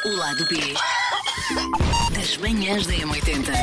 O lado B das manhãs da M80.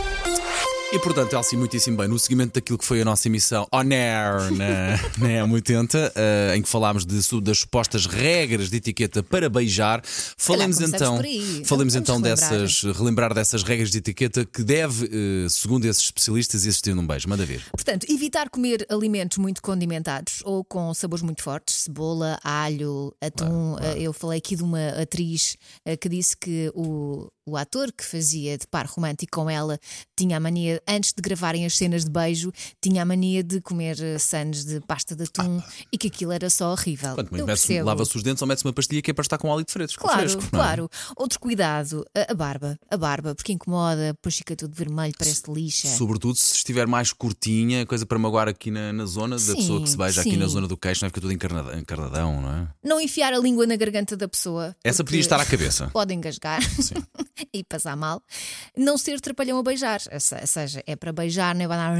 E portanto, Elsie, muitíssimo bem, no seguimento daquilo que foi a nossa emissão On Air na M80, em que falámos das supostas regras de etiqueta para beijar, falemos então relembrar dessas regras de etiqueta que deve, segundo esses especialistas, existir num beijo. Manda ver. Portanto, evitar comer alimentos muito condimentados ou com sabores muito fortes, cebola, alho, atum. Eu falei aqui de uma atriz que disse que o ator que fazia de par romântico com ela tinha a mania, antes de gravarem as cenas de beijo, tinha a mania de comer sanos de pasta de atum e que aquilo era só horrível. Lava-se os dentes ou mete-se uma pastilha que é para estar com hálito fresco. Claro. Outro cuidado, a barba, porque incomoda, depois fica tudo vermelho, parece lixa. Sobretudo se estiver mais curtinha, coisa para magoar aqui na zona da pessoa que se beija, aqui na zona do queixo, não é? Fica tudo encarnadão, não é? Não enfiar a língua na garganta da pessoa. Essa podia estar à cabeça. Pode engasgar. Sim. E passar mal. Não ser trapalhão a beijar, ou seja, é para beijar, não é para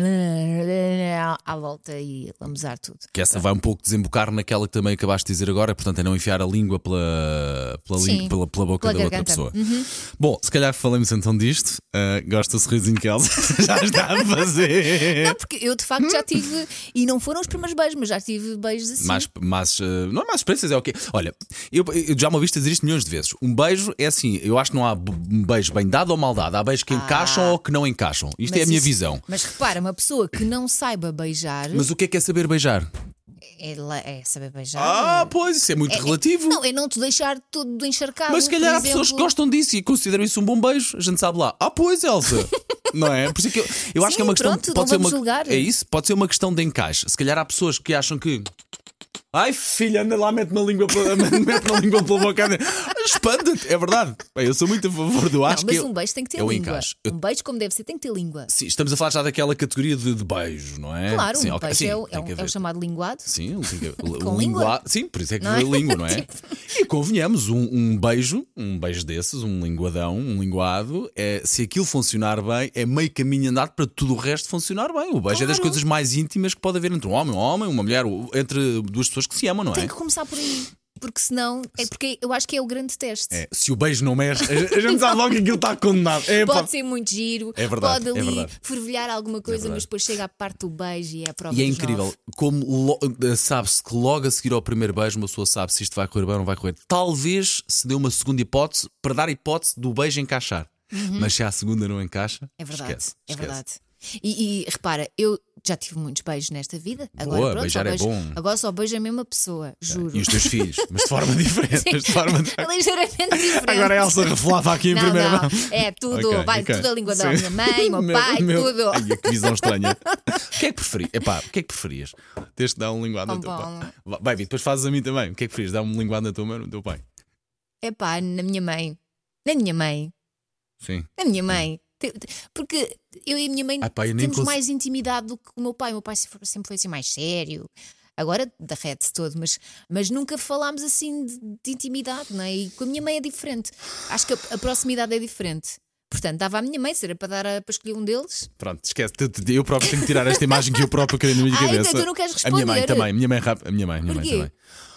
dar à volta e lambuzar tudo. Que essa vai um pouco desembocar naquela que também acabaste de dizer agora, portanto é não enfiar a língua pela boca da outra pessoa. Bom, se calhar falamos então disto. Gosto do sorrisinho que Elsa já está a fazer. Não, porque eu de facto já tive, e não foram os primeiros beijos, mas já tive beijos assim. Não é mais experiências, é o quê? Olha, eu já me ouvi dizer isto milhões de vezes. Um beijo é assim, eu acho que não há um beijo bem dado ou mal dado. Há beijos que encaixam ou que não encaixam. Isto é a minha visão. Mas repara, uma pessoa que não saiba beijar. Mas o que é saber beijar? É saber beijar. Pois, isso é muito relativo. Não, é não te deixar tudo encharcado. Mas se calhar há pessoas que gostam disso e consideram isso um bom beijo. A gente sabe lá. Pois, Elsa. Não é? Por isso é que eu acho que é uma questão. Pode ser julgar. É isso? Pode ser uma questão de encaixe. Se calhar há pessoas que acham que. Ai filha, anda lá, mete na língua pela boca. Espanta-te, é verdade. Eu sou muito a favor do acho. Mas um beijo tem que ter língua. Encaixe. Um beijo, como deve ser, tem que ter língua. Sim, estamos a falar já daquela categoria de beijo, não é? Claro, sim, um beijo é o chamado linguado. Sim, com língua. Sim, por isso é que é língua, não é? E convenhamos, um beijo desses, um linguadão, um linguado, se aquilo funcionar bem, é meio caminho andado para tudo o resto funcionar bem. O beijo é das coisas mais íntimas que pode haver entre um homem, uma mulher, entre duas pessoas que se amam, não é? Tem que começar por aí. Porque senão, porque eu acho que é o grande teste. Se o beijo não mexe, a gente sabe logo que aquilo está condenado. Pode ser muito giro, é verdade, pode ali fervilhar alguma coisa, mas depois chega à parte do beijo e é a prova. E é incrível, como sabe-se que logo a seguir ao primeiro beijo, uma pessoa sabe se isto vai correr bem ou não vai correr. Talvez se dê uma segunda hipótese para dar a hipótese do beijo encaixar. Mas se a segunda não encaixa, é verdade. Esquece. É verdade. E repara, eu já tive muitos beijos nesta vida. Agora, beijar é bom. Agora só beijo a mesma pessoa, juro. E os teus filhos, mas de forma diferente. É ligeiramente diferente. Agora a Elsa revelava aqui em primeira mão. É tudo, tudo a língua da minha mãe, meu pai, tudo. Ai, que visão estranha. O que é que preferias? O que é que preferias? Tens de dar um linguado no teu pai. Vai, depois fazes a mim também. O que é que preferias? Dar um linguado na tua mãe ou no teu pai? Na minha mãe. Na minha mãe. Sim. Na minha mãe. Porque eu e a minha mãe temos mais intimidade do que o meu pai. O meu pai sempre foi assim mais sério. Agora derrete-se todo, mas nunca falámos assim de intimidade, não é? E com a minha mãe é diferente. Acho que a proximidade é diferente. Portanto, dava à minha mãe, se era para escolher um deles. Pronto, esquece. Eu próprio tenho que tirar esta imagem que eu próprio queria na minha cabeça. Então tu não queres responder. A minha mãe também. A minha mãe também.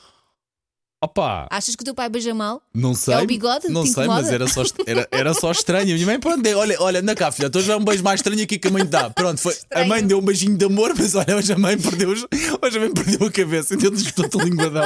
Opa. Achas que o teu pai beija mal? Não sei. É o bigode? Não sei, mas era só estranho. A minha mãe, pronto, olha, anda cá, filha, estou já um beijo mais estranho aqui que a mãe dá. Pronto, foi. A mãe deu um beijinho de amor, mas olha, hoje a mãe perdeu a cabeça, entendeu? Disputou o linguadão.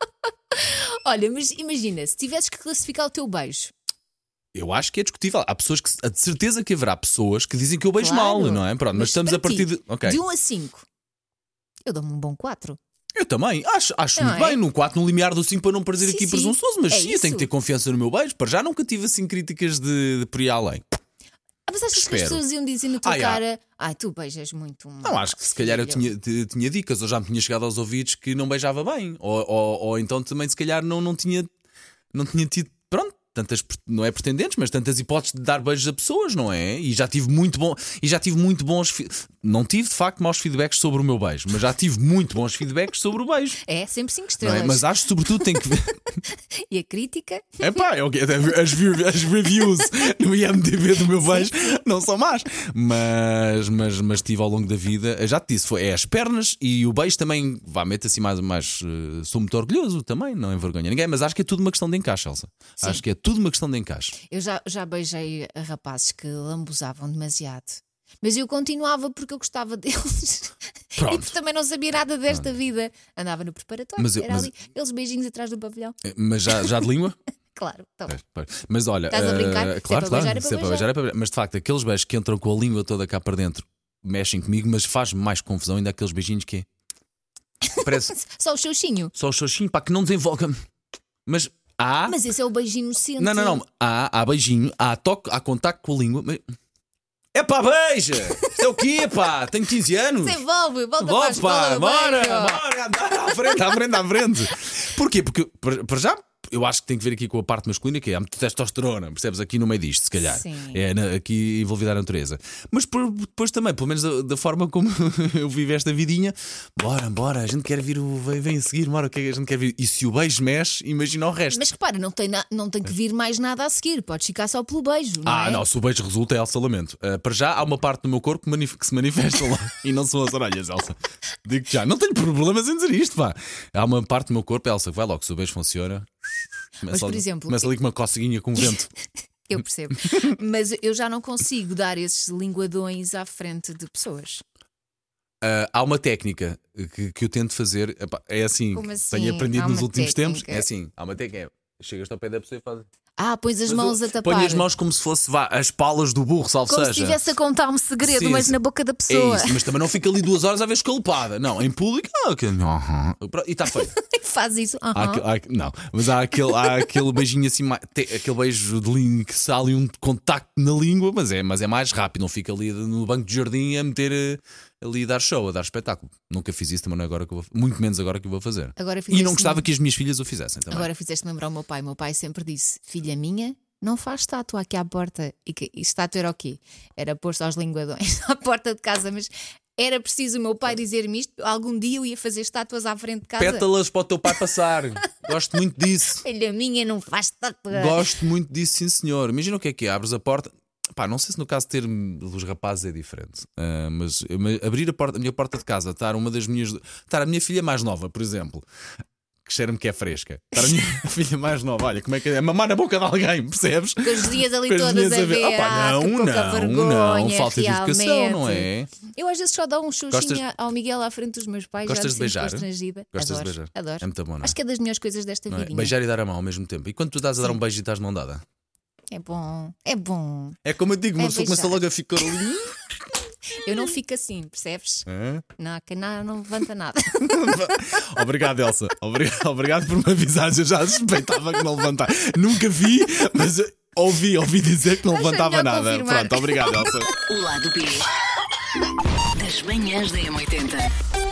Olha, mas imagina, se tivesses que classificar o teu beijo. Eu acho que é discutível. Há pessoas que, de certeza que haverá pessoas que dizem que eu beijo mal, não é? Pronto, mas estamos a partir de. De 1 a 5, eu dou-me um bom 4. Eu também, acho muito bem, no 4, no limiar do 5 para não parecer aqui presunçoso, mas eu tenho que ter confiança no meu beijo. Para já nunca tive assim críticas de por ir além. Mas achas que as pessoas iam dizer na tua cara: tu beijas muito mal? Não, acho que se calhar eu tinha dicas, ou já me tinha chegado aos ouvidos que não beijava bem, ou então também se calhar não tinha tido, pronto. Não é pretendentes, mas tantas hipóteses de dar beijos a pessoas, não é? E já tive muito bons. Não tive de facto maus feedbacks sobre o meu beijo, mas já tive muito bons feedbacks sobre o beijo. É, sempre 5 estrelas. Mas acho que sobretudo tem que ver. E a crítica? As reviews no IMDb do meu beijo não são más. Mas tive ao longo da vida, já te disse, é as pernas e o beijo também. Mete assim mais. Sou muito orgulhoso também, não envergonha ninguém, mas acho que é tudo uma questão de encaixe, Elsa. Acho que é tudo uma questão de encaixe. Eu já beijei a rapazes que lambuzavam demasiado. Mas eu continuava porque eu gostava deles. Pronto. E porque também não sabia nada desta vida. Andava no preparatório, era Mas- ali, aqueles beijinhos atrás do pavilhão. Mas já de língua? Claro, tá bom. Mas olha, Estás a brincar? Se é claro, para beijar, é se para beijar. é para beijar. Mas de facto, aqueles beijos que entram com a língua toda cá para dentro mexem comigo, mas faz mais confusão ainda aqueles beijinhos que parece Só o xoxinho. só o xoxinho, pá, que não desenvolve. Mas há. Mas esse é o beijinho inocente. Não. Há beijinho, há toque, há contacto com a língua. Mas... É pá, beija! Isto é o quê, pá? Tenho 15 anos. Desenvolve, volta para a Volta, escola pá, do bora, beijo. à frente. Porquê? Porque, para já, eu acho que tem que ver aqui com a parte masculina, que é há muita testosterona, percebes? Aqui no meio disto, se calhar. Sim. Aqui envolvida a natureza. Mas depois também, pelo menos da forma como eu vivo esta vidinha, bora, a gente quer vir, vem a seguir, bora, o que é que a gente quer vir? E se o beijo mexe, imagina o resto. Mas repara, não tem que vir mais nada a seguir. Podes ficar só pelo beijo, não é? Não, se o beijo resulta é Elsa, lamento. Para já há uma parte do meu corpo que se manifesta lá e não são as orelhas, Elsa. Digo-te já, não tenho problemas em dizer isto, pá. Há uma parte do meu corpo, Elsa, que vai logo, se o beijo funciona. Mas, por exemplo, começa ali com uma coceguinha com vento. eu percebo. Mas eu já não consigo dar esses linguadões à frente de pessoas. Há uma técnica que eu tento fazer, epá, é assim, Como assim? tenho aprendido Há nos uma últimos tempos. técnica? É assim, há uma técnica. Chegas ao pé da pessoa e fazes. Pões as mãos a tapar. Põe as mãos como se fosse as palas do burro, salvo como se seja. estivesse a contar um segredo, Sim, mas sim. na boca da É pessoa. isso, mas também não fica ali 2 horas a ver escalpada. Não, em público, e está feito. Faz isso. Não, mas há aquele beijinho assim, aquele beijo de língua que sai ali um contacto na língua, mas é mais rápido, não fica ali no banco de jardim a meter ali a dar show, a dar espetáculo. Nunca fiz isso também, não é agora que eu vou, muito menos agora que eu vou fazer. Agora E fizeste não gostava que as minhas filhas o fizessem também. Agora fizeste lembrar o meu pai. O meu pai sempre disse: filha minha, não faz estátua aqui à porta. E estátua era o quê? Era pôr-se aos linguadões à porta de casa, mas era preciso o meu pai dizer-me isto. Algum dia eu ia fazer estátuas à frente de casa. Pétalas para o teu pai passar. Gosto muito disso. Filha minha, não faz estátua. Gosto muito disso, sim senhor. Imagina o que é, abres a porta. Pá, não sei se no caso de ter dos rapazes é diferente, mas abrir a minha porta de casa, estar a minha filha mais nova, por exemplo, que cheira-me que é fresca, estar a minha filha mais nova, olha, como é que é mamar na boca de alguém, percebes? Com as dias ali Com as todas unhas a ver. Opa, que pouca vergonha, falta de educação, não é? Eu às vezes só dou um xuxinho ao Miguel à frente dos meus pais. Gostas já de beijar? constrangida. Gostas Adoro, de beijar? adoro. É muito bom, não é? Acho que é das melhores coisas desta Não é? vidinha. Beijar e dar a mão ao mesmo tempo. E quando tu estás a dar um beijo e estás de mão dada? É bom, é bom. É como eu digo, uma pessoa beijar. começa logo a ficar ali. Eu não fico assim, percebes? Não, que não levanta nada. Obrigado, Elsa. Obrigado por me avisares. Eu já suspeitava que não levantava. Nunca vi, mas ouvi dizer que não Acho levantava melhor nada. confirmar. Pronto, obrigado, Elsa. O lado B das manhãs da M80.